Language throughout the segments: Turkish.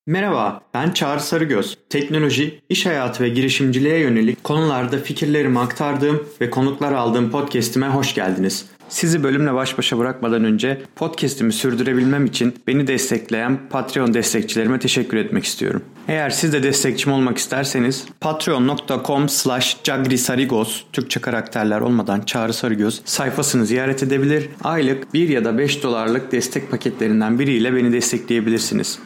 Merhaba, ben Çağrı Sarıgöz. Teknoloji, iş hayatı ve girişimciliğe yönelik konularda fikirlerimi aktardığım ve konuklar aldığım podcast'ime hoş geldiniz. Sizi bölümle baş başa bırakmadan önce podcast'imi sürdürebilmem için beni destekleyen Patreon destekçilerime teşekkür etmek istiyorum. Eğer siz de destekçim olmak isterseniz patreon.com/cagrisarigos Türkçe karakterler olmadan Çağrı Sarıgöz sayfasını ziyaret edebilir, aylık 1 ya da 5 dolarlık destek paketlerinden biriyle beni destekleyebilirsiniz.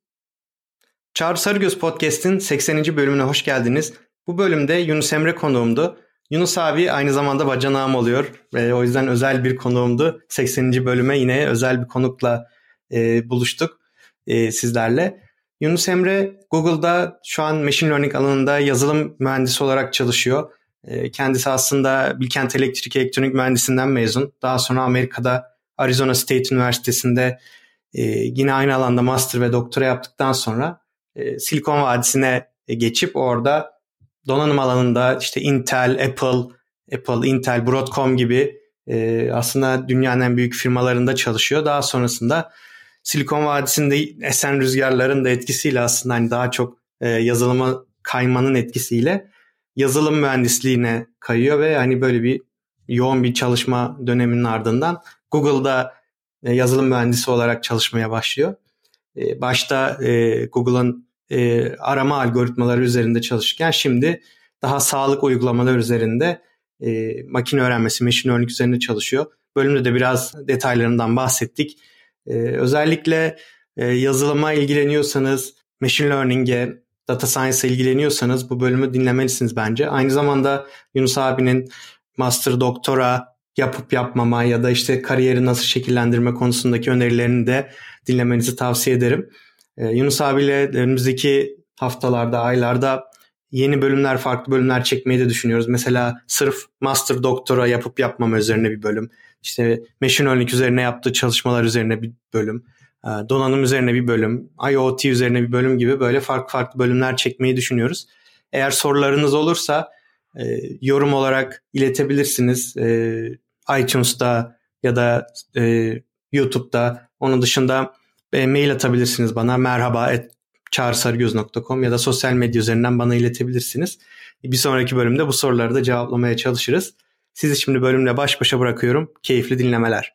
Çağrı Sarıgöz Podcast'in 80. bölümüne hoş geldiniz. Bu bölümde Yunus Emre konuğumdu. Yunus abi aynı zamanda bacanağım oluyor. O yüzden özel bir konuğumdu. 80. bölüme yine özel bir konukla buluştuk sizlerle. Yunus Emre Google'da şu an Machine Learning alanında yazılım mühendisi olarak çalışıyor. Kendisi aslında Bilkent Elektrik Elektronik Mühendisinden mezun. Daha sonra Amerika'da Arizona State Üniversitesi'nde yine aynı alanda master ve doktora yaptıktan sonra Silikon Vadisi'ne geçip orada donanım alanında işte Intel, Apple, Intel, Broadcom gibi aslında dünyanın en büyük firmalarında çalışıyor. Daha sonrasında Silikon Vadisi'nde esen rüzgarların da etkisiyle aslında hani daha çok yazılıma kaymanın etkisiyle yazılım mühendisliğine kayıyor ve hani böyle bir yoğun bir çalışma döneminin ardından Google'da yazılım mühendisi olarak çalışmaya başlıyor. Başta Google'ın arama algoritmaları üzerinde çalışırken şimdi daha sağlık uygulamaları üzerinde makine öğrenmesi, machine learning üzerinde çalışıyor. Bölümde de biraz detaylarından bahsettik. Özellikle yazılıma ilgileniyorsanız, machine learning'e, data science'a ilgileniyorsanız bu bölümü dinlemelisiniz bence. Aynı zamanda Yunus abinin master, doktora yapıp yapmama ya da işte kariyeri nasıl şekillendirme konusundaki önerilerini de dinlemenizi tavsiye ederim. Yunus abiyle önümüzdeki haftalarda, aylarda yeni bölümler, farklı bölümler çekmeyi de düşünüyoruz. Mesela sırf master, doktora yapıp yapmama üzerine bir bölüm. İşte machine learning üzerine yaptığı çalışmalar üzerine bir bölüm. Donanım üzerine bir bölüm. IoT üzerine bir bölüm gibi böyle farklı farklı bölümler çekmeyi düşünüyoruz. Eğer sorularınız olursa yorum olarak iletebilirsiniz. iTunes'ta ya da YouTube'da. Onun dışında mail atabilirsiniz bana merhaba@çağrısarıgöz.com ya da sosyal medya üzerinden bana iletebilirsiniz. Bir sonraki bölümde bu soruları da cevaplamaya çalışırız. Sizi şimdi bölümle baş başa bırakıyorum. Keyifli dinlemeler.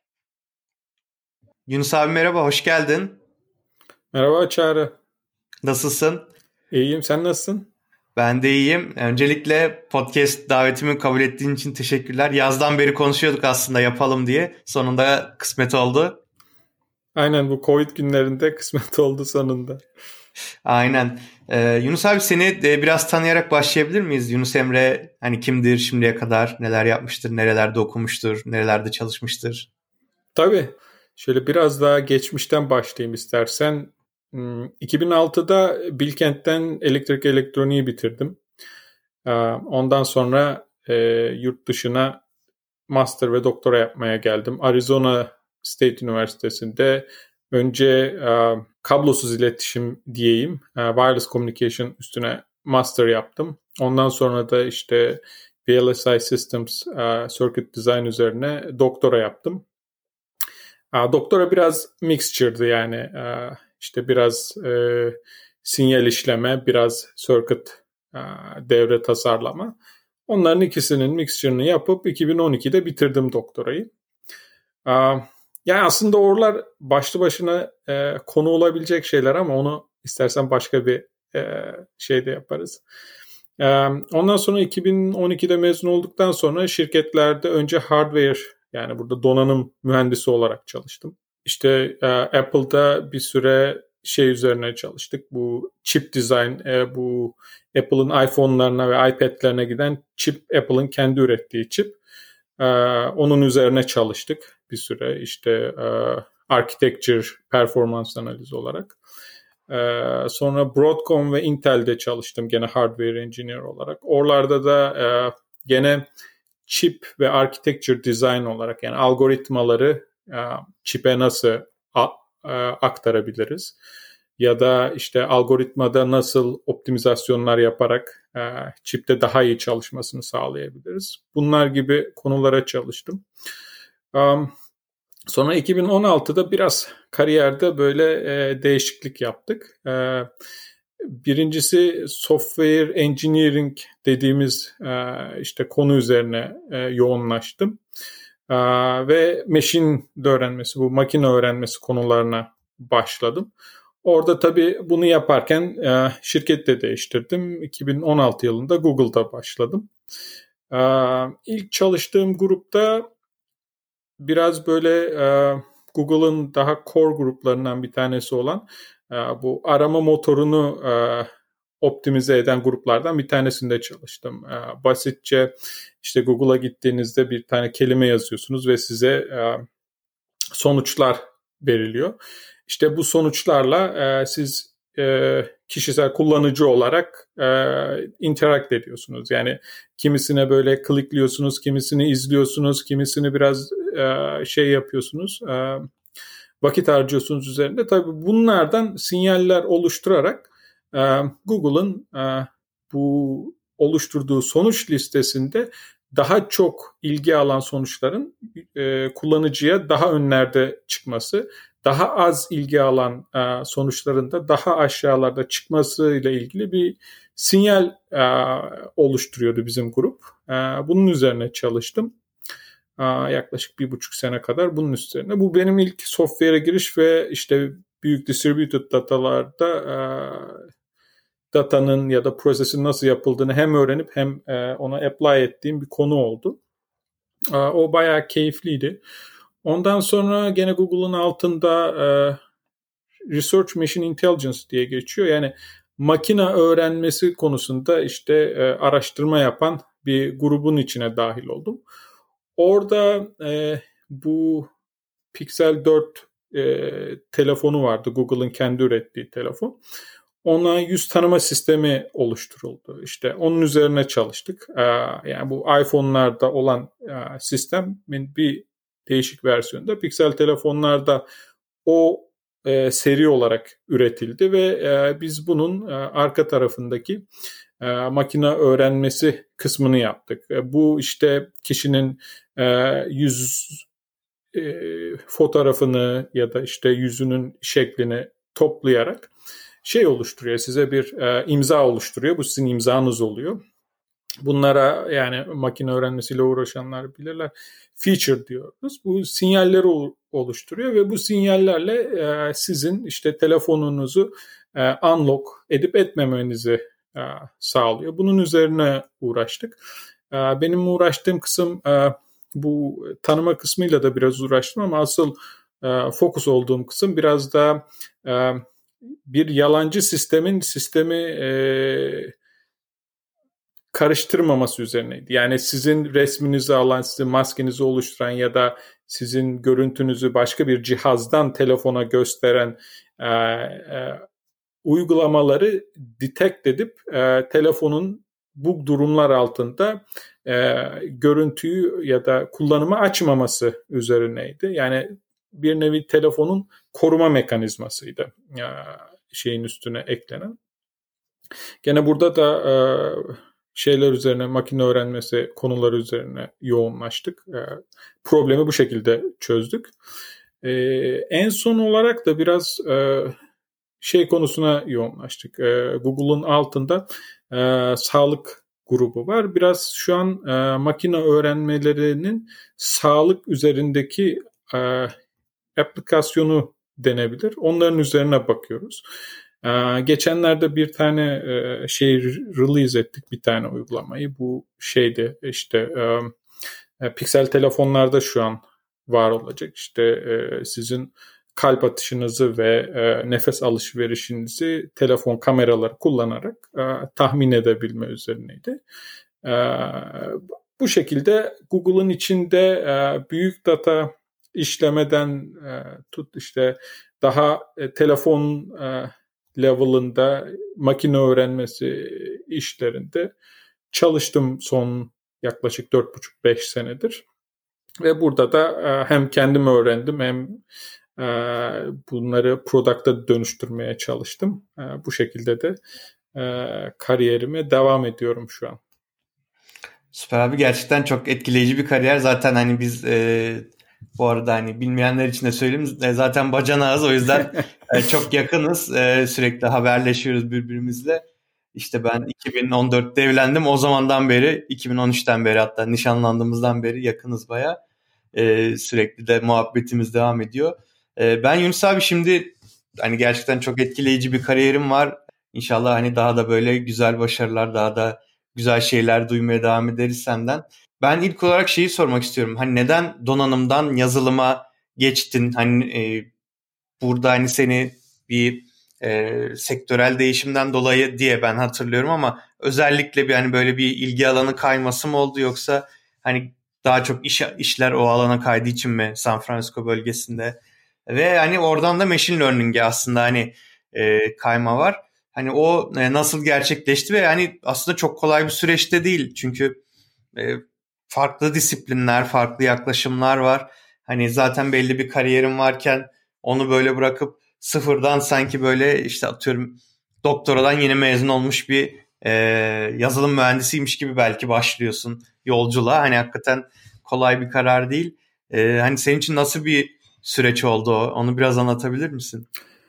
Yunus abi merhaba, hoş geldin. Merhaba Çağrı. Nasılsın? İyiyim, sen nasılsın? Ben de iyiyim. Öncelikle podcast davetimi kabul ettiğin için teşekkürler. Yazdan beri konuşuyorduk aslında yapalım diye. Sonunda kısmet oldu. Aynen bu Covid günlerinde kısmet oldu sonunda. Aynen. Yunus abi seni biraz tanıyarak başlayabilir miyiz? Yunus Emre hani kimdir şimdiye kadar? Neler yapmıştır? Nerelerde okumuştur? Nerelerde çalışmıştır? Tabii. Şöyle biraz daha geçmişten başlayayım istersen. 2006'da Bilkent'ten elektrik elektroniği bitirdim. Ondan sonra yurt dışına master ve doktora yapmaya geldim. Arizona State Üniversitesi'nde önce kablosuz iletişim diyeyim, wireless communication üstüne master yaptım. Ondan sonra da işte VLSI Systems, Circuit Design üzerine doktora yaptım. Doktora biraz mixture'dı yani işte biraz sinyal işleme, biraz circuit devre tasarlama. Onların ikisinin mixture'ını yapıp 2012'de bitirdim doktorayı. Yani aslında oralar başlı başına konu olabilecek şeyler ama onu istersen başka bir şeyde yaparız. Ondan sonra 2012'de mezun olduktan sonra şirketlerde önce hardware yani burada donanım mühendisi olarak çalıştım. İşte Apple'da bir süre şey üzerine çalıştık. Bu chip design, bu Apple'ın iPhone'larına ve iPad'lerine giden chip, Apple'ın kendi ürettiği chip. Onun üzerine çalıştık bir süre. İşte architecture, performans analizi olarak. Sonra Broadcom ve Intel'de çalıştım gene hardware engineer olarak. Oralarda da gene chip ve architecture design olarak yani algoritmaları chip'e nasıl aktarabiliriz? Ya da işte algoritmada nasıl optimizasyonlar yaparak chip'te daha iyi çalışmasını sağlayabiliriz? Bunlar gibi konulara çalıştım. Sonra 2016'da biraz kariyerde böyle değişiklik yaptık. Birincisi software engineering dediğimiz işte konu üzerine yoğunlaştım. Ve machine öğrenmesi, bu makine öğrenmesi konularına başladım. Orada tabii bunu yaparken şirket de değiştirdim. 2016 yılında Google'da başladım. İlk çalıştığım grupta biraz böyle Google'ın daha core gruplarından bir tanesi olan bu arama motorunu optimize eden gruplardan bir tanesinde çalıştım. Basitçe işte Google'a gittiğinizde bir tane kelime yazıyorsunuz ve size sonuçlar veriliyor. İşte bu sonuçlarla siz kişisel kullanıcı olarak interact ediyorsunuz. Yani kimisine böyle klikliyorsunuz, kimisini izliyorsunuz, kimisini biraz şey yapıyorsunuz, vakit harcıyorsunuz üzerinde. Tabii bunlardan sinyaller oluşturarak Google'ın bu oluşturduğu sonuç listesinde daha çok ilgi alan sonuçların kullanıcıya daha önlerde çıkması, daha az ilgi alan sonuçların da daha aşağılarda çıkması ile ilgili bir sinyal oluşturuyordu bizim grup. Bunun üzerine çalıştım. Yaklaşık 1,5 sene kadar bunun üzerine. Bu benim ilk software'e giriş ve işte büyük distributed datalarda datanın ya da prosesin nasıl yapıldığını hem öğrenip hem ona apply ettiğim bir konu oldu. O bayağı keyifliydi. Ondan sonra gene Google'ın altında Research Machine Intelligence diye geçiyor. Yani makine öğrenmesi konusunda işte araştırma yapan bir grubun içine dahil oldum. Orada bu Pixel 4 telefonu vardı. Google'ın kendi ürettiği telefon. Ona yüz tanıma sistemi oluşturuldu. İşte onun üzerine çalıştık. Yani bu iPhone'larda olan sistemin bir değişik versiyonda Pixel telefonlarda o seri olarak üretildi ve biz bunun arka tarafındaki makine öğrenmesi kısmını yaptık. Bu işte kişinin yüz fotoğrafını ya da işte yüzünün şeklini toplayarak şey oluşturuyor. Size bir imza oluşturuyor. Bu sizin imzanız oluyor. Bunlara yani makine öğrenmesiyle uğraşanlar bilirler. Feature diyoruz. Bu sinyalleri oluşturuyor ve bu sinyallerle sizin işte telefonunuzu unlock edip etmemenizi sağlıyor. Bunun üzerine uğraştık. Benim uğraştığım kısım bu tanıma kısmıyla da biraz uğraştım ama asıl fokus olduğum kısım biraz da bir yalancı sistemi karıştırmaması üzerineydi. Yani sizin resminizi alan, sizin maskenizi oluşturan ya da sizin görüntünüzü başka bir cihazdan telefona gösteren uygulamaları detect edip telefonun bu durumlar altında görüntüyü ya da kullanımı açmaması üzerineydi. Yani bir nevi telefonun koruma mekanizmasıydı şeyin üstüne eklenen. Gene burada da şeyler üzerine, makine öğrenmesi konuları üzerine yoğunlaştık. Problemi bu şekilde çözdük. En son olarak da biraz şey konusuna yoğunlaştık. Google'un altında sağlık grubu var. Biraz şu an makine öğrenmelerinin sağlık üzerindeki aplikasyonu denebilir. Onların üzerine bakıyoruz. Geçenlerde bir tane şey release ettik, bir tane uygulamayı. Bu şeyde işte Pixel telefonlarda şu an var olacak. İşte sizin kalp atışınızı ve nefes alışverişinizi telefon kameraları kullanarak tahmin edebilme üzerineydi. Bu şekilde Google'ın içinde büyük data işlemeden tut işte daha telefon level'ında makine öğrenmesi işlerinde çalıştım son yaklaşık 4,5-5 senedir. Ve burada da hem kendim öğrendim hem bunları product'a dönüştürmeye çalıştım. Bu şekilde de kariyerime devam ediyorum şu an. Süper abi, gerçekten çok etkileyici bir kariyer. Zaten hani biz Bu arada hani bilmeyenler için de söyleyeyim. Zaten bacanağız, o yüzden çok yakınız. Sürekli haberleşiyoruz birbirimizle. İşte ben 2014'te evlendim. O zamandan beri, 2013'ten beri, hatta nişanlandığımızdan beri yakınız bayağı. Sürekli de muhabbetimiz devam ediyor. Ben Yunus abi, şimdi hani gerçekten çok etkileyici bir kariyerim var. İnşallah hani daha da böyle güzel başarılar, daha da güzel şeyler duymaya devam ederiz senden. Ben ilk olarak şeyi sormak istiyorum. Hani neden donanımdan yazılıma geçtin? Hani burada hani seni bir sektörel değişimden dolayı diye ben hatırlıyorum, ama özellikle bir hani böyle bir ilgi alanı kayması mı oldu, yoksa hani daha çok işler o alana kaydığı için mi San Francisco bölgesinde? Ve hani oradan da machine learning'e aslında hani kayma var. Hani o nasıl gerçekleşti ve hani aslında çok kolay bir süreçte değil. Çünkü e, farklı disiplinler, farklı yaklaşımlar var. Hani zaten belli bir kariyerim varken onu böyle bırakıp sıfırdan, sanki böyle işte atıyorum doktoradan yeni mezun olmuş bir yazılım mühendisiymiş gibi belki başlıyorsun yolculuğa. Hani hakikaten kolay bir karar değil. Hani senin için nasıl bir süreç oldu o? Onu biraz anlatabilir misin?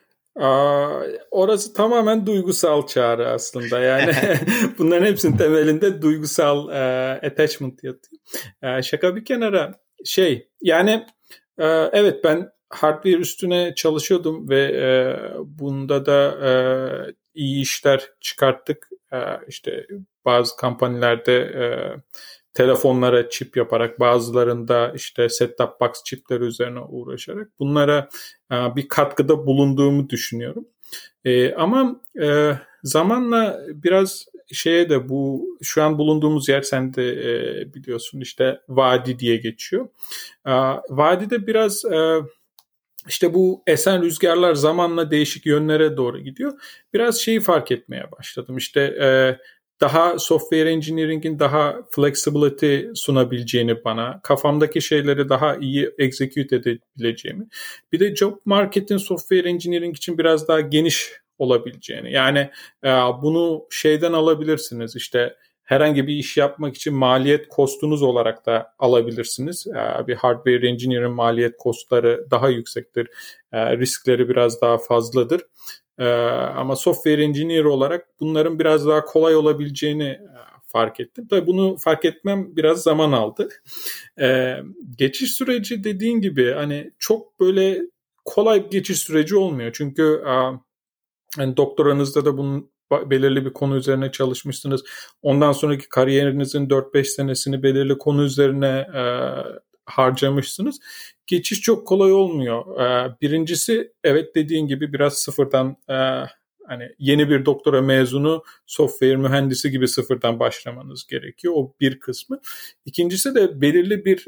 Orası tamamen duygusal çağrı aslında. Yani bunların hepsinin temelinde duygusal attachment yatıyor. Şaka bir kenara, yani evet, ben hardware üstüne çalışıyordum ve bunda da iyi işler çıkarttık. İşte bazı kampanyalarda telefonlara çip yaparak, bazılarında işte set-top box çipleri üzerine uğraşarak bunlara bir katkıda bulunduğumu düşünüyorum. Ama zamanla biraz bu şu an bulunduğumuz yer, sen de biliyorsun, işte vadi diye geçiyor. Vadide biraz işte bu esen rüzgarlar zamanla değişik yönlere doğru gidiyor. Biraz fark etmeye başladım. İşte daha software engineering'in daha flexibility sunabileceğini bana, kafamdaki şeyleri daha iyi execute edebileceğimi, bir de job market'in software engineering için biraz daha geniş olabileceğini. Yani bunu alabilirsiniz, işte herhangi bir iş yapmak için maliyet kostunuz olarak da alabilirsiniz. Bir hardware engineer'in maliyet kostları daha yüksektir. Riskleri biraz daha fazladır. Ama software engineer olarak bunların biraz daha kolay olabileceğini fark ettim. Tabii bunu fark etmem biraz zaman aldı. Geçiş süreci, dediğin gibi, hani çok böyle kolay bir geçiş süreci olmuyor. Çünkü hani doktoranızda da bunun belirli bir konu üzerine çalışmışsınız. Ondan sonraki kariyerinizin 4-5 senesini belirli konu üzerine harcamışsınız. Geçiş çok kolay olmuyor. Birincisi, evet, dediğin gibi biraz sıfırdan, hani yeni bir doktora mezunu software mühendisi gibi sıfırdan başlamanız gerekiyor. O bir kısmı. İkincisi de belirli bir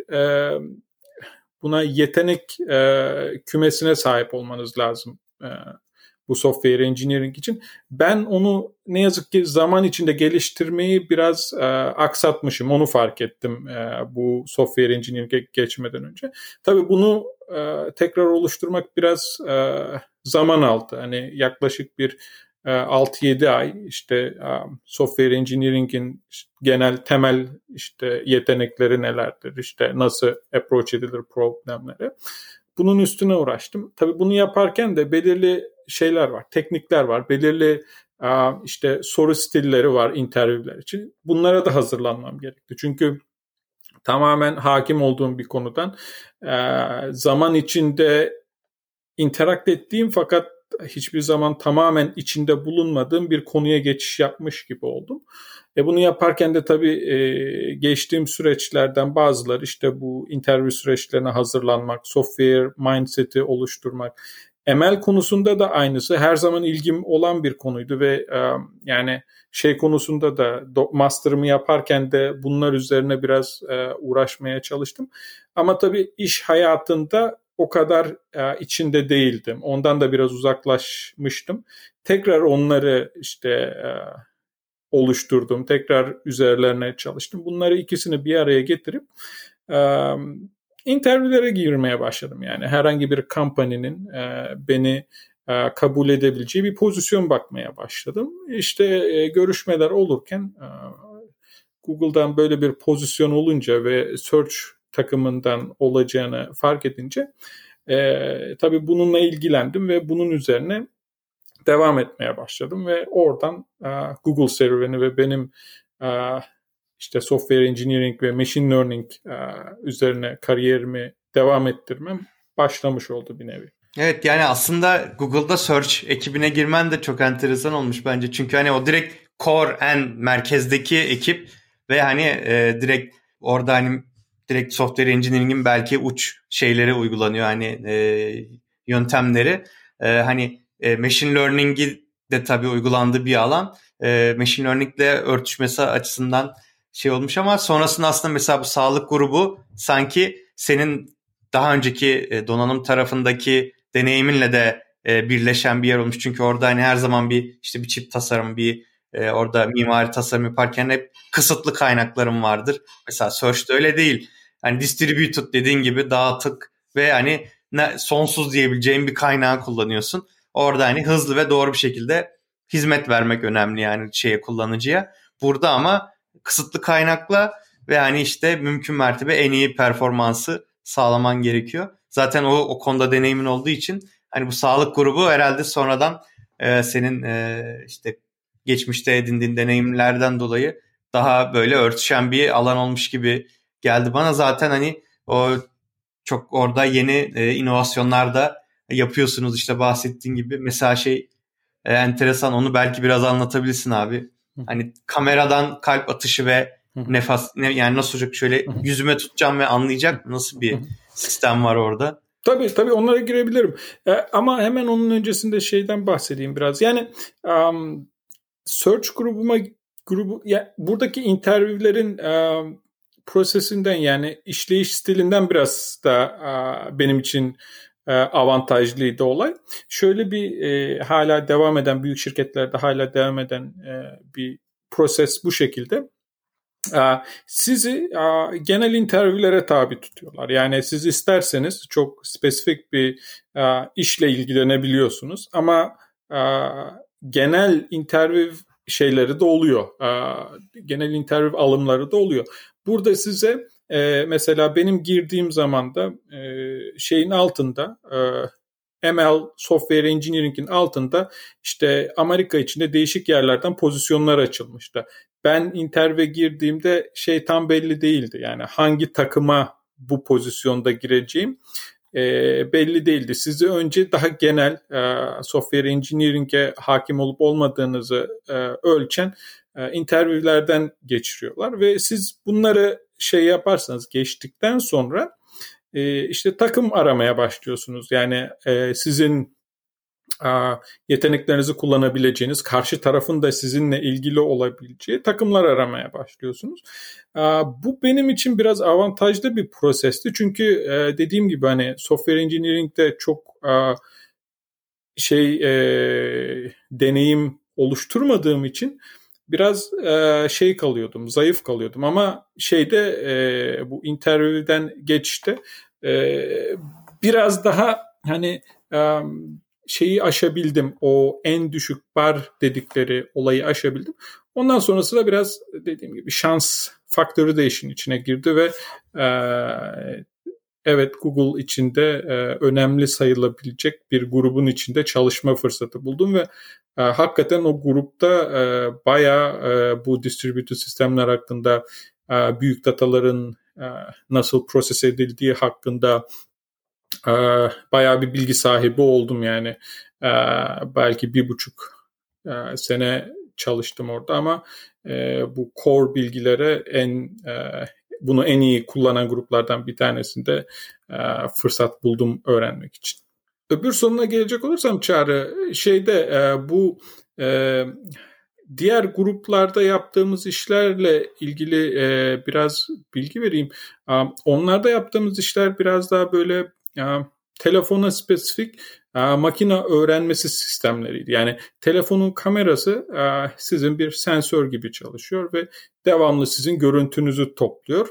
buna yetenek kümesine sahip olmanız lazım. Bu software engineering için. Ben onu ne yazık ki zaman içinde geliştirmeyi biraz aksatmışım. Onu fark ettim bu software engineering'e geçmeden önce. Tabii bunu tekrar oluşturmak biraz zaman aldı. Hani yaklaşık bir 6-7 ay işte software engineering'in genel temel işte yetenekleri nelerdir, işte nasıl approach edilir problemlere. Bunun üstüne uğraştım. Tabii bunu yaparken de belirli şeyler var, teknikler var, belirli işte soru stilleri var interviewler için. Bunlara da hazırlanmam gerekti. Çünkü tamamen hakim olduğum bir konudan zaman içinde interak ettiğim fakat hiçbir zaman tamamen içinde bulunmadığım bir konuya geçiş yapmış gibi oldum. Bunu yaparken de tabii geçtiğim süreçlerden bazıları, işte bu interview süreçlerine hazırlanmak, software mindset'i oluşturmak. ML konusunda da aynısı. Her zaman ilgim olan bir konuydu ve yani konusunda da master'ımı yaparken de bunlar üzerine biraz uğraşmaya çalıştım. Ama tabii iş hayatında o kadar içinde değildim. Ondan da biraz uzaklaşmıştım. Tekrar onları oluşturdum. Tekrar üzerlerine çalıştım. Bunları ikisini bir araya getirip interview'lere girmeye başladım. Yani herhangi bir company'nin beni kabul edebileceği bir pozisyon bakmaya başladım. Görüşmeler olurken Google'dan böyle bir pozisyon olunca ve search takımından olacağını fark edince tabii bununla ilgilendim ve bunun üzerine devam etmeye başladım ve oradan Google serüveni ve benim işte software engineering ve machine learning üzerine kariyerimi devam ettirmem başlamış oldu bir nevi. Evet, yani aslında Google'da Search ekibine girmen de çok enteresan olmuş bence. Çünkü hani o direkt core, en merkezdeki ekip ve hani direkt orada hani direkt software engineering'in belki uç şeyleri uygulanıyor, hani yöntemleri. Hani machine learning'i de tabii uygulandığı bir alan. Machine learning'le örtüşmesi açısından şey olmuş ama sonrasında aslında mesela bu sağlık grubu sanki senin daha önceki donanım tarafındaki deneyiminle de birleşen bir yer olmuş. Çünkü orada hani her zaman bir işte bir çip tasarım, bir orada mimari tasarım yaparken hep kısıtlı kaynaklarım vardır. Mesela Search'te öyle değil. Hani distributed dediğin gibi dağıtık ve hani sonsuz diyebileceğin bir kaynağı kullanıyorsun. Orada hani hızlı ve doğru bir şekilde hizmet vermek önemli yani kullanıcıya. Burada ama kısıtlı kaynakla ve hani işte mümkün mertebe en iyi performansı sağlaman gerekiyor. Zaten o konuda deneyimin olduğu için hani bu sağlık grubu herhalde sonradan senin işte geçmişte edindiğin deneyimlerden dolayı daha böyle örtüşen bir alan olmuş gibi geldi bana. Zaten hani o çok orada yeni inovasyonlar da yapıyorsunuz işte bahsettiğin gibi. Mesela enteresan, onu belki biraz anlatabilirsin abi. Hani kameradan kalp atışı ve nefes, yani nasıl olacak, şöyle yüzüme tutacağım ve anlayacak, nasıl bir sistem var orada? Tabii onlara girebilirim. Ama hemen onun öncesinde şeyden bahsedeyim biraz. Yani Search grubu buradaki interviewlerin prosesinden, yani işleyiş stilinden biraz da benim için avantajlıydı olay. Şöyle bir hala devam eden, büyük şirketlerde hala devam eden bir proses bu şekilde. Sizi genel interviewlere tabi tutuyorlar. Yani siz isterseniz çok spesifik bir işle ilgilenebiliyorsunuz ama genel interview şeyleri de oluyor. Genel interview alımları da oluyor. Burada size mesela benim girdiğim zaman da şeyin altında ML Software Engineering'in altında işte Amerika içinde değişik yerlerden pozisyonlar açılmıştı. Ben interview'e girdiğimde tam belli değildi. Yani hangi takıma bu pozisyonda gireceğim belli değildi. Sizi önce daha genel software engineering'e hakim olup olmadığınızı ölçen interview'lerden geçiriyorlar ve siz bunları yaparsanız, geçtikten sonra işte takım aramaya başlıyorsunuz. Yani sizin yeteneklerinizi kullanabileceğiniz, karşı tarafın da sizinle ilgili olabileceği takımlar aramaya başlıyorsunuz. Bu benim için biraz avantajlı bir prosesti. Çünkü dediğim gibi hani software engineering'de çok deneyim oluşturmadığım için biraz kalıyordum, zayıf kalıyordum. Ama bu interview'den geçişte biraz daha hani aşabildim. O en düşük bar dedikleri olayı aşabildim. Ondan sonrası da biraz dediğim gibi şans faktörü de işin içine girdi ve evet, Google içinde önemli sayılabilecek bir grubun içinde çalışma fırsatı buldum ve hakikaten o grupta bayağı bu distributed sistemler hakkında, büyük dataların nasıl proses edildiği hakkında bayağı bir bilgi sahibi oldum yani. Belki 1,5 sene çalıştım orada ama bu core bilgilere bunu en iyi kullanan gruplardan bir tanesinde fırsat buldum öğrenmek için. Öbür sonuna gelecek olursam Çağrı, bu diğer gruplarda yaptığımız işlerle ilgili biraz bilgi vereyim. Onlarda yaptığımız işler biraz daha böyle telefona spesifik makine öğrenmesi sistemleriydi. Yani telefonun kamerası sizin bir sensör gibi çalışıyor ve devamlı sizin görüntünüzü topluyor.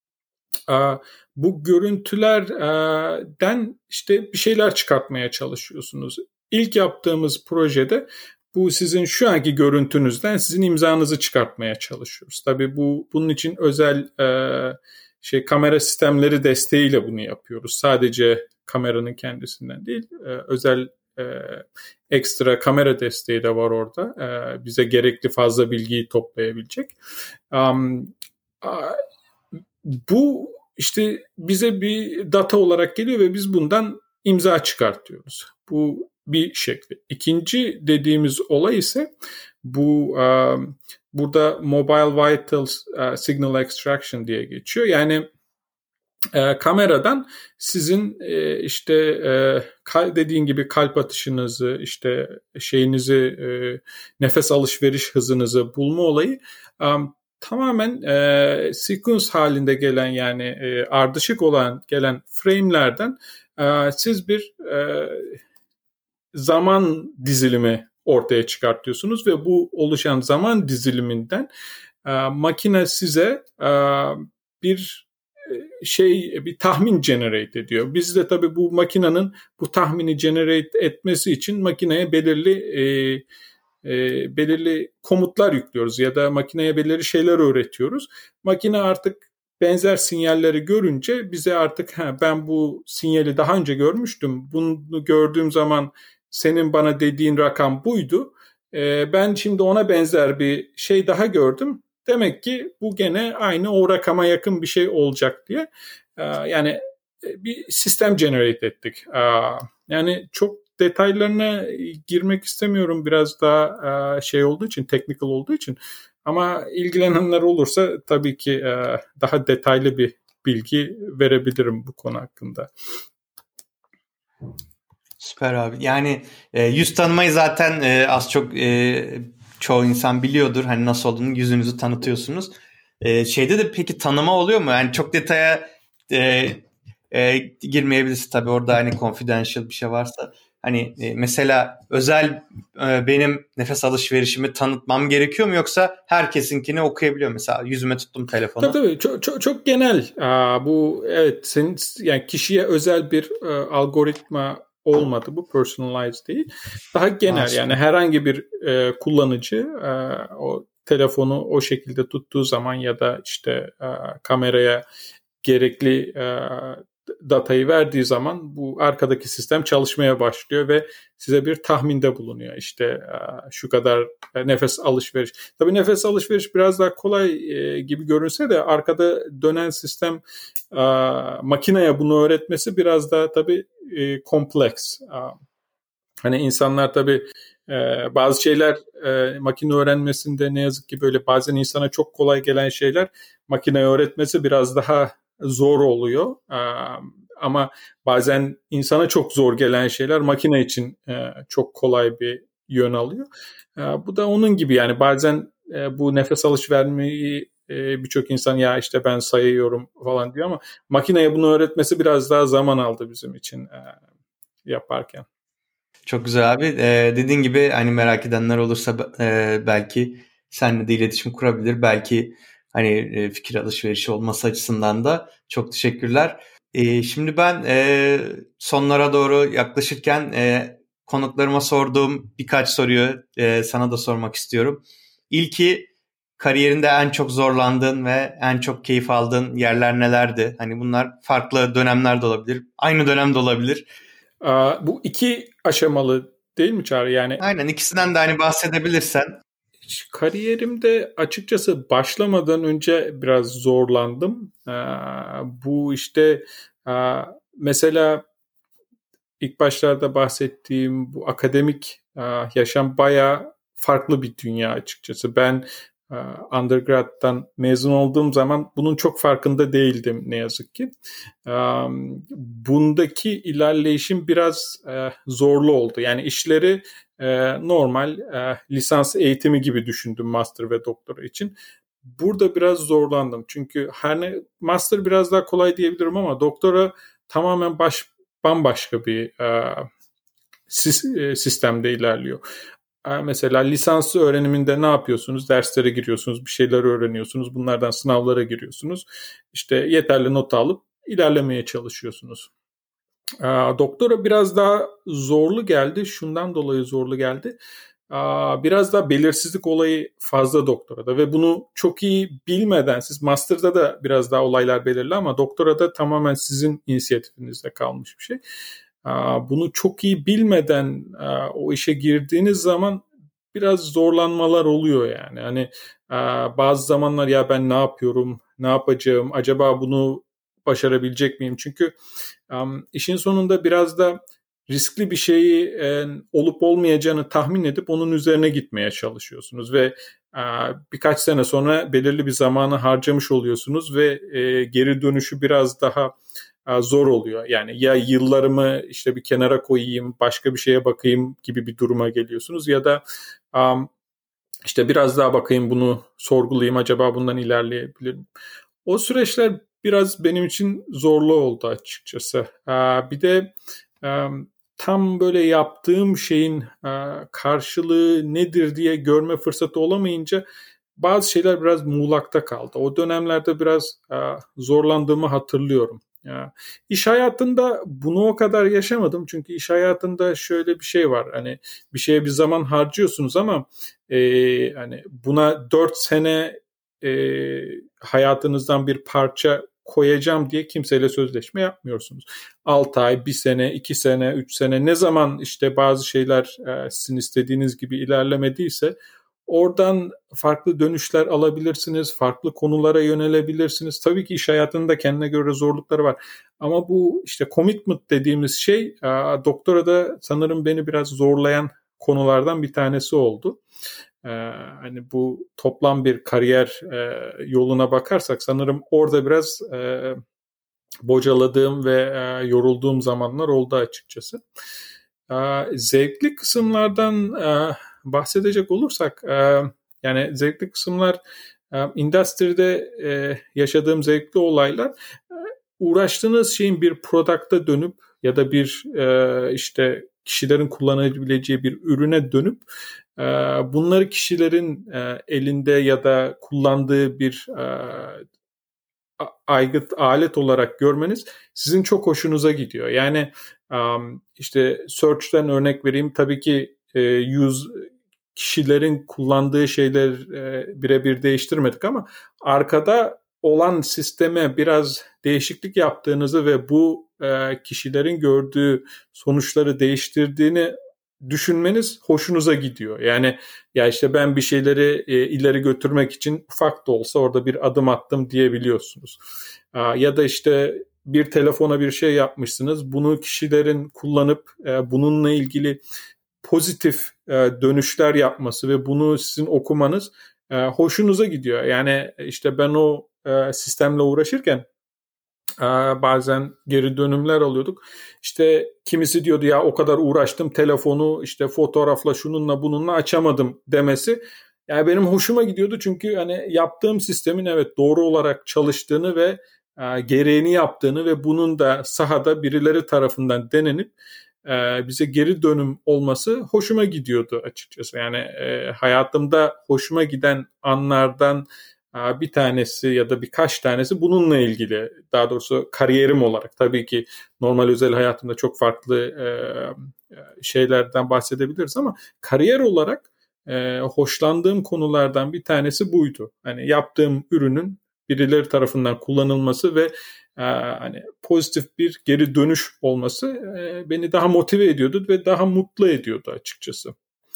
Bu görüntülerden işte bir şeyler çıkartmaya çalışıyorsunuz. İlk yaptığımız projede bu sizin şu anki görüntünüzden sizin imzanızı çıkartmaya çalışıyoruz. Tabii bunun için özel kamera sistemleri desteğiyle bunu yapıyoruz. Sadece kameranın kendisinden değil, özel ekstra kamera desteği de var orada. Bize gerekli fazla bilgiyi toplayabilecek. Bu işte bize bir data olarak geliyor ve biz bundan imza çıkartıyoruz. Bu bir şekli. İkinci dediğimiz olay ise bu burada Mobile Vital Signal Extraction diye geçiyor. Yani kameradan sizin dediğin gibi kalp atışınızı, nefes alışveriş hızınızı bulma olayı tamamen sequence halinde gelen, yani ardışık olan gelen frame'lerden siz bir zaman dizilimi ortaya çıkartıyorsunuz ve bu oluşan zaman diziliminden makine size bir tahmin generate ediyor. Biz de tabii bu makinenin bu tahmini generate etmesi için makineye belirli komutlar yüklüyoruz ya da makineye belirli şeyler öğretiyoruz. Makine artık benzer sinyalleri görünce bize artık ben bu sinyali daha önce görmüştüm. Bunu gördüğüm zaman senin bana dediğin rakam buydu. Ben şimdi ona benzer bir şey daha gördüm. Demek ki bu gene aynı o rakama yakın bir şey olacak diye. Yani bir sistem generate ettik. Yani çok detaylarına girmek istemiyorum, biraz daha olduğu için, technical olduğu için. Ama ilgilenenler olursa tabii ki daha detaylı bir bilgi verebilirim bu konu hakkında. Süper abi. Yani yüz tanımayı zaten az çok çoğu insan biliyordur. Hani nasıl olduğunu, yüzünüzü tanıtıyorsunuz. Şeyde de peki tanıma oluyor mu? Yani çok detaya girmeyebilirsin tabii, orada hani confidential bir şey varsa. Hani mesela özel benim nefes alışverişimi tanıtmam gerekiyor mu, yoksa herkesinkini okuyabiliyor? Mesela yüzüme tuttum telefonu. Tabii çok genel. Bu evet, senin yani kişiye özel bir algoritma olmadı, bu personalized değil. Daha genel, yani herhangi bir kullanıcı o telefonu o şekilde tuttuğu zaman ya da kameraya gerekli datayı verdiği zaman bu arkadaki sistem çalışmaya başlıyor ve size bir tahminde bulunuyor. Şu kadar nefes alışveriş. Tabii nefes alışveriş biraz daha kolay gibi görünse de arkada dönen sistem makineye bunu öğretmesi biraz daha tabii kompleks. Hani insanlar tabii bazı şeyler makine öğrenmesinde ne yazık ki böyle bazen insana çok kolay gelen şeyler makineye öğretmesi biraz daha zor oluyor. Ama bazen insana çok zor gelen şeyler makine için çok kolay bir yön alıyor. Bu da onun gibi, yani bazen bu nefes alışvermeyi birçok insan ben sayıyorum falan diyor ama makineye bunu öğretmesi biraz daha zaman aldı bizim için yaparken. Çok güzel abi. Dediğin gibi hani merak edenler olursa belki seninle de iletişim kurabilir. Belki hani fikir alışverişi olması açısından da çok teşekkürler. Şimdi ben sonlara doğru yaklaşırken konuklarıma sorduğum birkaç soruyu sana da sormak istiyorum. İlki, kariyerinde en çok zorlandığın ve en çok keyif aldığın yerler nelerdi? Hani bunlar farklı dönemlerde olabilir, aynı dönemde olabilir. Bu 2 aşamalı değil mi Çağrı? Yani aynen, ikisinden de hani bahsedebilirsen. Kariyerimde açıkçası başlamadan önce biraz zorlandım. Bu mesela ilk başlarda bahsettiğim bu akademik yaşam bayağı farklı bir dünya açıkçası. Ben undergrad'dan mezun olduğum zaman bunun çok farkında değildim ne yazık ki. Bundaki ilerleyişim biraz zorlu oldu. Yani işleri normal lisans eğitimi gibi düşündüm master ve doktora için. Burada biraz zorlandım. Çünkü master biraz daha kolay diyebilirim ama doktora tamamen bambaşka bir sistemde ilerliyor. Mesela lisans öğreniminde ne yapıyorsunuz? Derslere giriyorsunuz, bir şeyler öğreniyorsunuz. Bunlardan sınavlara giriyorsunuz. Yeterli not alıp ilerlemeye çalışıyorsunuz. Doktora biraz daha zorlu geldi. Şundan dolayı zorlu geldi. biraz daha belirsizlik olayı fazla doktorada ve bunu çok iyi bilmeden, siz master'da da biraz daha olaylar belirli ama doktorada tamamen sizin inisiyatifinizde kalmış bir şey. Bunu çok iyi bilmeden o işe girdiğiniz zaman biraz zorlanmalar oluyor yani. Hani bazı zamanlar ya ben ne yapıyorum, ne yapacağım, acaba bunu başarabilecek miyim? Çünkü işin sonunda biraz da riskli bir şeyi olup olmayacağını tahmin edip onun üzerine gitmeye çalışıyorsunuz ve birkaç sene sonra belirli bir zamanı harcamış oluyorsunuz ve geri dönüşü biraz daha zor oluyor. Yani ya yıllarımı işte bir kenara koyayım, başka bir şeye bakayım gibi bir duruma geliyorsunuz ya da işte biraz daha bakayım, bunu sorgulayayım, acaba bundan ilerleyebilirim. O süreçler biraz benim için zorlu oldu açıkçası. Bir de tam böyle yaptığım şeyin karşılığı nedir diye görme fırsatı olamayınca bazı şeyler biraz muğlakta kaldı. O dönemlerde biraz zorlandığımı hatırlıyorum. İş hayatında bunu o kadar yaşamadım. Çünkü iş hayatında şöyle bir şey var. Hani bir şeye bir zaman harcıyorsunuz ama hani buna 4 sene hayatınızdan bir parça koyacağım diye kimseyle sözleşme yapmıyorsunuz. 6 ay, 1 sene, 2 sene, 3 sene, ne zaman işte bazı şeyler sizin istediğiniz gibi ilerlemediyse oradan farklı dönüşler alabilirsiniz, farklı konulara yönelebilirsiniz. Tabii ki iş hayatında kendine göre zorlukları var. Ama bu işte commitment dediğimiz şey doktorada sanırım beni biraz zorlayan konulardan bir tanesi oldu. Hani bu toplam bir kariyer yoluna bakarsak sanırım orada biraz bocaladığım ve yorulduğum zamanlar oldu açıkçası. Zevkli kısımlardan bahsedecek olursak, yani zevkli kısımlar, endüstride yaşadığım zevkli olaylar, uğraştığınız şeyin bir product'a dönüp ya da bir işte kişilerin kullanabileceği bir ürüne dönüp bunları kişilerin elinde ya da kullandığı bir aygıt alet olarak görmeniz sizin çok hoşunuza gidiyor. Yani işte search'ten örnek vereyim. Tabii ki kişilerin kullandığı şeyler birebir değiştirmedik ama arkada olan sisteme biraz değişiklik yaptığınızı ve bu kişilerin gördüğü sonuçları değiştirdiğini düşünmeniz hoşunuza gidiyor. Yani ya işte ben bir şeyleri ileri götürmek için ufak da olsa orada bir adım attım diyebiliyorsunuz. Ya da işte bir telefona bir şey yapmışsınız. Bunu kişilerin kullanıp bununla ilgili pozitif dönüşler yapması ve bunu sizin okumanız hoşunuza gidiyor. Yani işte ben o sistemle uğraşırken bazen geri dönümler alıyorduk. İşte kimisi diyordu ya o kadar uğraştım, telefonu işte fotoğrafla şununla bununla açamadım demesi. Yani benim hoşuma gidiyordu çünkü hani yaptığım sistemin evet doğru olarak çalıştığını ve gereğini yaptığını ve bunun da sahada birileri tarafından denenip bize geri dönüm olması hoşuma gidiyordu açıkçası. Yani hayatımda hoşuma giden anlardan bir tanesi ya da birkaç tanesi bununla ilgili, daha doğrusu kariyerim olarak. Tabii ki normal özel hayatımda çok farklı şeylerden bahsedebiliriz ama kariyer olarak hoşlandığım konulardan bir tanesi buydu. Hani yaptığım ürünün birileri tarafından kullanılması ve hani pozitif bir geri dönüş olması beni daha motive ediyordu ve daha mutlu ediyordu açıkçası.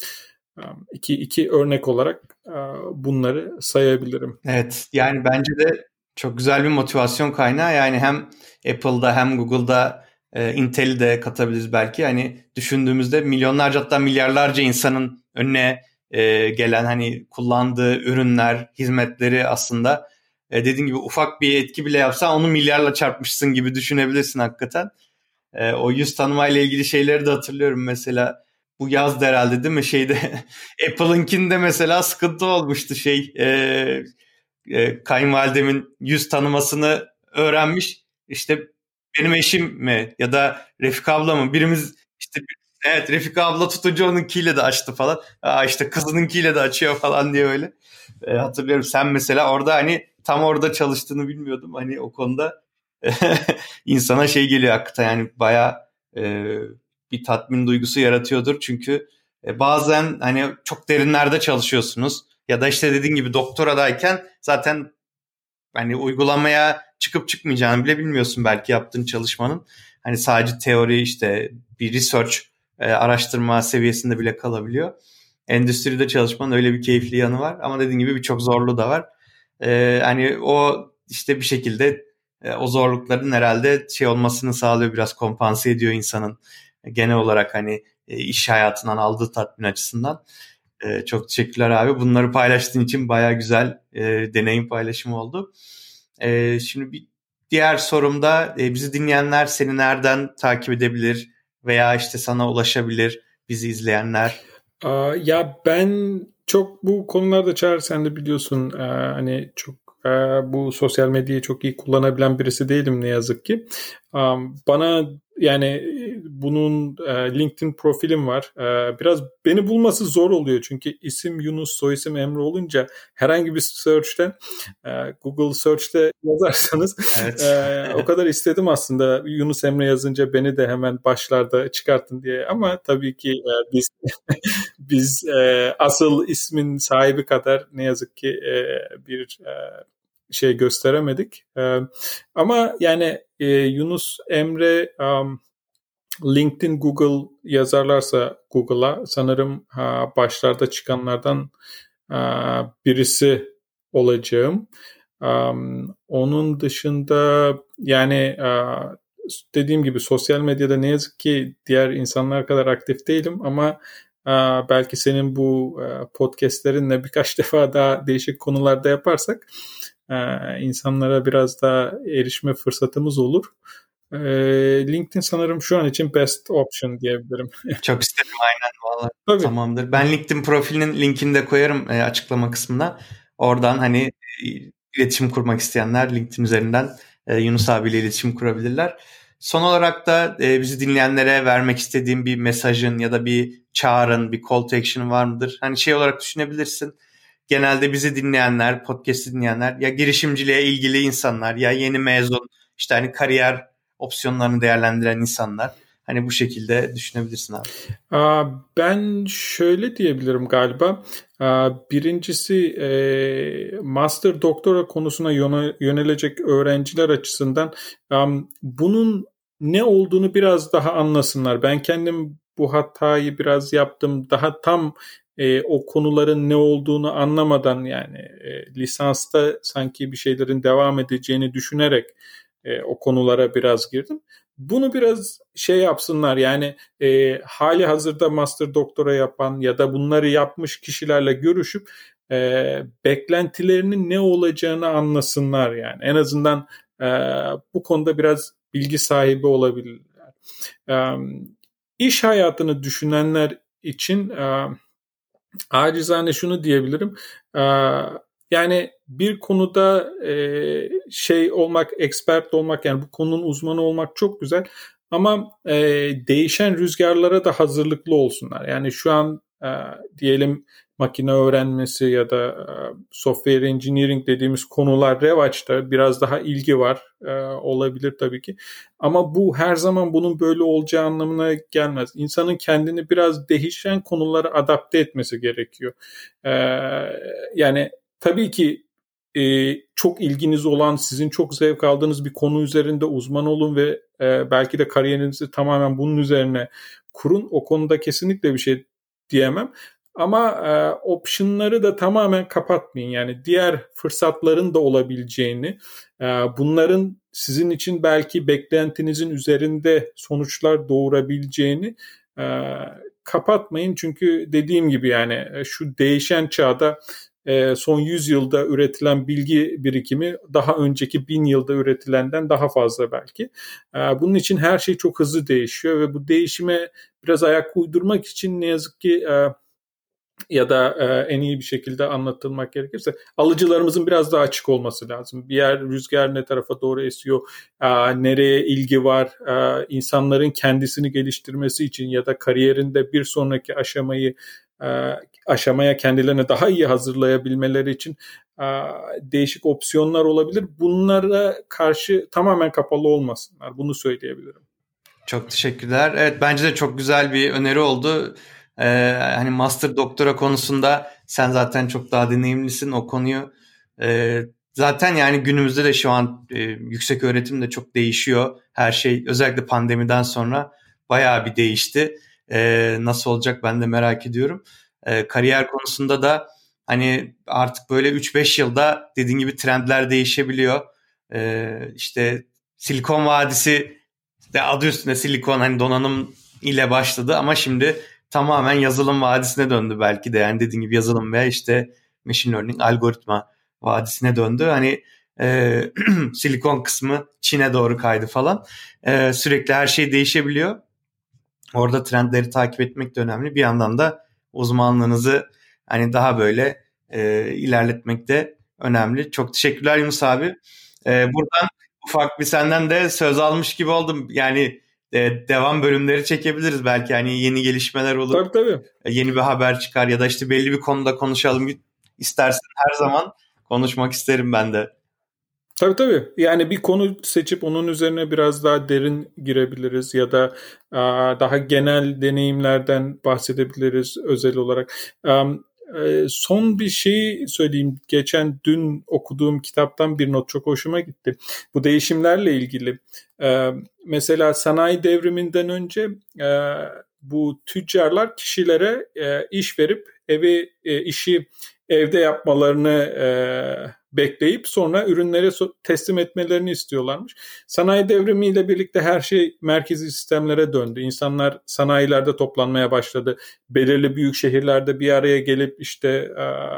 İki örnek olarak bunları sayabilirim. Evet, yani bence de çok güzel bir motivasyon kaynağı. Yani hem Apple'da hem Google'da Intel'i de katabiliriz belki. Hani düşündüğümüzde milyonlarca hatta milyarlarca insanın önüne gelen hani kullandığı ürünler, hizmetleri aslında dediğin gibi ufak bir etki bile yapsan onu milyarla çarpmışsın gibi düşünebilirsin hakikaten. O yüz tanımayla ilgili şeyleri de hatırlıyorum mesela. Bu yazdı herhalde değil mi? Şeyde Apple'ınkinde mesela sıkıntı olmuştu kayınvalidemin yüz tanımasını öğrenmiş. İşte benim eşim mi ya da Refika abla mı? Birimiz işte evet Refika abla tutunca onunkiyle de açtı falan. İşte kızınınkiyle de açıyor falan diye öyle. Hatırlıyorum sen mesela orada hani tam orada çalıştığını bilmiyordum. Hani o konuda insana şey geliyor hakikaten yani bayağı bir tatmin duygusu yaratıyordur. Çünkü Bazen hani çok derinlerde çalışıyorsunuz ya da işte dediğin gibi doktoradayken zaten hani uygulamaya çıkıp çıkmayacağını bile bilmiyorsun belki yaptığın çalışmanın. Hani sadece teori işte bir research araştırma seviyesinde bile kalabiliyor. Endüstride çalışmanın öyle bir keyifli yanı var ama dediğin gibi birçok zorluğu da var. Hani o işte bir şekilde o zorlukların herhalde şey olmasını sağlıyor, biraz kompanse ediyor insanın genel olarak hani iş hayatından aldığı tatmin açısından. Çok teşekkürler abi. Bunları paylaştığın için bayağı güzel deneyim paylaşımı oldu. Şimdi bir diğer sorumda bizi dinleyenler seni nereden takip edebilir veya işte sana ulaşabilir bizi izleyenler? Ya ben çok bu konularda Çağrı sen de biliyorsun hani çok bu sosyal medyayı çok iyi kullanabilen birisi değilim ne yazık ki. Bana yani bunun LinkedIn profilim var. Biraz beni bulması zor oluyor çünkü isim Yunus, soyisim Emre olunca herhangi bir search'te Google Search'te yazarsanız Evet. o kadar istedim aslında Yunus Emre yazınca beni de hemen başlarda çıkartın diye ama tabii ki biz asıl ismin sahibi kadar ne yazık ki bir şey gösteremedik. Ama yani Yunus Emre LinkedIn, Google yazarlarsa Google'a sanırım başlarda çıkanlardan birisi olacağım. Onun dışında yani dediğim gibi sosyal medyada ne yazık ki diğer insanlar kadar aktif değilim ama belki senin bu podcastlerinle birkaç defa daha değişik konularda yaparsak insanlara biraz daha erişme fırsatımız olur. LinkedIn sanırım şu an için best option diyebilirim. Çok isterim, aynen vallahi. Tabii. Tamamdır. Ben LinkedIn profilinin linkini de koyarım açıklama kısmına. Oradan hani iletişim kurmak isteyenler LinkedIn üzerinden Yunus abiyle iletişim kurabilirler. Son olarak da bizi dinleyenlere vermek istediğim bir mesajın ya da bir çağrın, bir call to action var mıdır? Hani şey olarak düşünebilirsin. Genelde bizi dinleyenler, podcast'i dinleyenler ya girişimciliğe ilgili insanlar ya yeni mezun, işte hani kariyer opsiyonlarını değerlendiren insanlar. Hani bu şekilde düşünebilirsin abi. Ben şöyle diyebilirim galiba. Birincisi master doktora konusuna yönelecek öğrenciler açısından bunun ne olduğunu biraz daha anlasınlar. Ben kendim bu hatayı biraz yaptım. Daha tam o konuların ne olduğunu anlamadan yani lisansta sanki bir şeylerin devam edeceğini düşünerek o konulara biraz girdim. Bunu biraz şey yapsınlar yani hali hazırda master doktora yapan ya da bunları yapmış kişilerle görüşüp beklentilerinin ne olacağını anlasınlar yani. En azından bu konuda biraz bilgi sahibi olabilirler. İş hayatını düşünenler için acizane şunu diyebilirim. Yani bir konuda şey olmak, expert olmak yani bu konunun uzmanı olmak çok güzel. Ama değişen rüzgarlara da hazırlıklı olsunlar. Yani şu an diyelim makine öğrenmesi ya da software engineering dediğimiz konular revaçta. Biraz daha ilgi var. Olabilir tabii ki. Ama bu her zaman bunun böyle olacağı anlamına gelmez. İnsanın kendini biraz değişen konulara adapte etmesi gerekiyor. Yani tabii ki çok ilginiz olan, sizin çok zevk aldığınız bir konu üzerinde uzman olun ve belki de kariyerinizi tamamen bunun üzerine kurun. O konuda kesinlikle bir şey diyemem. Ama optionları da tamamen kapatmayın. Yani diğer fırsatların da olabileceğini, bunların sizin için belki beklentinizin üzerinde sonuçlar doğurabileceğini kapatmayın. Çünkü dediğim gibi yani şu değişen çağda son 100 yılda üretilen bilgi birikimi daha önceki 1000 yılda üretilenden daha fazla belki. Bunun için her şey çok hızlı değişiyor ve bu değişime biraz ayak uydurmak için ne yazık ki ya da en iyi bir şekilde anlatılmak gerekirse alıcılarımızın biraz daha açık olması lazım. Bir yer rüzgar ne tarafa doğru esiyor, nereye ilgi var, insanların kendisini geliştirmesi için ya da kariyerinde bir sonraki aşamaya kendilerini daha iyi hazırlayabilmeleri için değişik opsiyonlar olabilir. Bunlara karşı tamamen kapalı olmasınlar. Bunu söyleyebilirim. Çok teşekkürler. Evet, bence de çok güzel bir öneri oldu. Hani master doktora konusunda sen zaten çok daha deneyimlisin o konuyu. Zaten yani günümüzde de şu an yüksek öğretim de çok değişiyor. Her şey özellikle pandemiden sonra bayağı bir değişti. Nasıl olacak ben de merak ediyorum. Kariyer konusunda da hani artık böyle 3-5 yılda dediğin gibi trendler değişebiliyor. İşte Silikon Vadisi de adı üstünde silikon hani donanım ile başladı ama şimdi tamamen yazılım vadisine döndü belki de. Yani dediğin gibi yazılım veya işte machine learning algoritma vadisine döndü. Hani silikon kısmı Çin'e doğru kaydı falan. Sürekli her şey değişebiliyor. Orada trendleri takip etmek de önemli. Bir yandan da uzmanlığınızı hani daha böyle ilerletmek de önemli. Çok teşekkürler Yunus abi. Buradan ufak bir senden de söz almış gibi oldum. Yani devam bölümleri çekebiliriz belki. Yani yeni gelişmeler olur. Tabii. Yeni bir haber çıkar ya da işte belli bir konuda konuşalım istersen her zaman konuşmak isterim ben de. Tabii. Yani bir konu seçip onun üzerine biraz daha derin girebiliriz ya da daha genel deneyimlerden bahsedebiliriz özel olarak. Son bir şey söyleyeyim. Dün okuduğum kitaptan bir not çok hoşuma gitti. Bu değişimlerle ilgili. Mesela sanayi devriminden önce bu tüccarlar kişilere iş verip işi evde yapmalarını bekleyip sonra ürünleri teslim etmelerini istiyorlarmış. Sanayi devrimiyle birlikte her şey merkezi sistemlere döndü. İnsanlar sanayilerde toplanmaya başladı. Belirli büyük şehirlerde bir araya gelip işte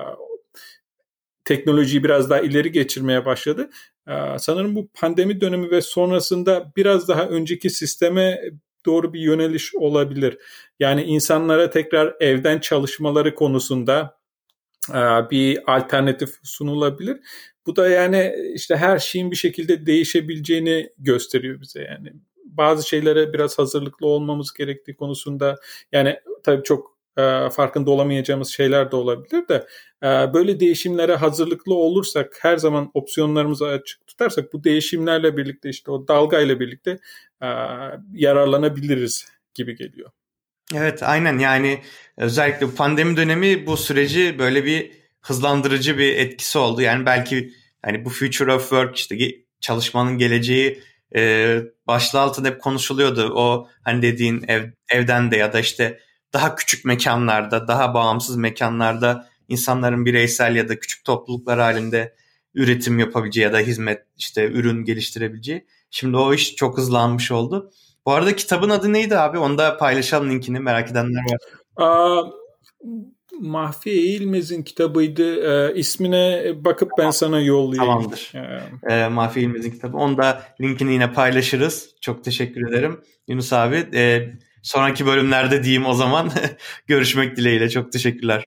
teknolojiyi biraz daha ileri geçirmeye başladı. Sanırım bu pandemi dönemi ve sonrasında biraz daha önceki sisteme doğru bir yöneliş olabilir. Yani insanlara tekrar evden çalışmaları konusunda bir alternatif sunulabilir. Bu da yani işte her şeyin bir şekilde değişebileceğini gösteriyor bize yani. Bazı şeylere biraz hazırlıklı olmamız gerektiği konusunda yani tabii çok farkında olamayacağımız şeyler de olabilir de böyle değişimlere hazırlıklı olursak her zaman opsiyonlarımızı açık tutarsak bu değişimlerle birlikte işte o dalgayla birlikte yararlanabiliriz gibi geliyor. Evet aynen yani özellikle bu pandemi dönemi bu süreci böyle bir hızlandırıcı bir etkisi oldu. Yani belki hani bu future of work işte çalışmanın geleceği başlığı altında hep konuşuluyordu. O hani dediğin evden de ya da işte daha küçük mekanlarda, daha bağımsız mekanlarda insanların bireysel ya da küçük topluluklar halinde üretim yapabileceği ya da hizmet işte ürün geliştirebileceği. Şimdi o iş çok hızlanmış oldu. Bu arada kitabın adı neydi abi? Onu da paylaşalım linkini merak edenler var. Mahfi Eğilmez'in kitabıydı. İsmine bakıp ben sana yollayayım. Tamamdır. Mahfi Eğilmez'in kitabı. Onu da linkini yine paylaşırız. Çok teşekkür ederim Yunus abi. Sonraki bölümlerde diyeyim o zaman. Görüşmek dileğiyle. Çok teşekkürler.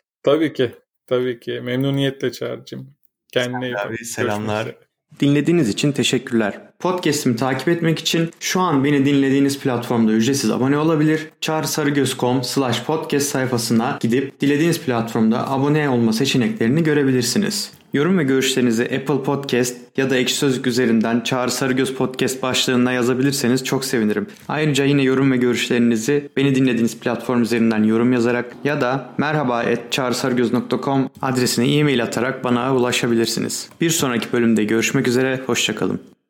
Tabii ki. Memnuniyetle Çağrı'cığım. Kendine iyi bak. Abi, selamlar. Dinlediğiniz için teşekkürler. Podcast'imi takip etmek için şu an beni dinlediğiniz platformda ücretsiz abone olabilir. çaresarıgöz.com/podcast sayfasına gidip dilediğiniz platformda abone olma seçeneklerini görebilirsiniz. Yorum ve görüşlerinizi Apple Podcast ya da Ekşi Sözlük üzerinden Çağrı Sarıgöz Podcast başlığına yazabilirseniz çok sevinirim. Ayrıca yine yorum ve görüşlerinizi beni dinlediğiniz platform üzerinden yorum yazarak ya da merhaba@çağrısarıgöz.com adresine e-mail atarak bana ulaşabilirsiniz. Bir sonraki bölümde görüşmek üzere, hoşça kalın.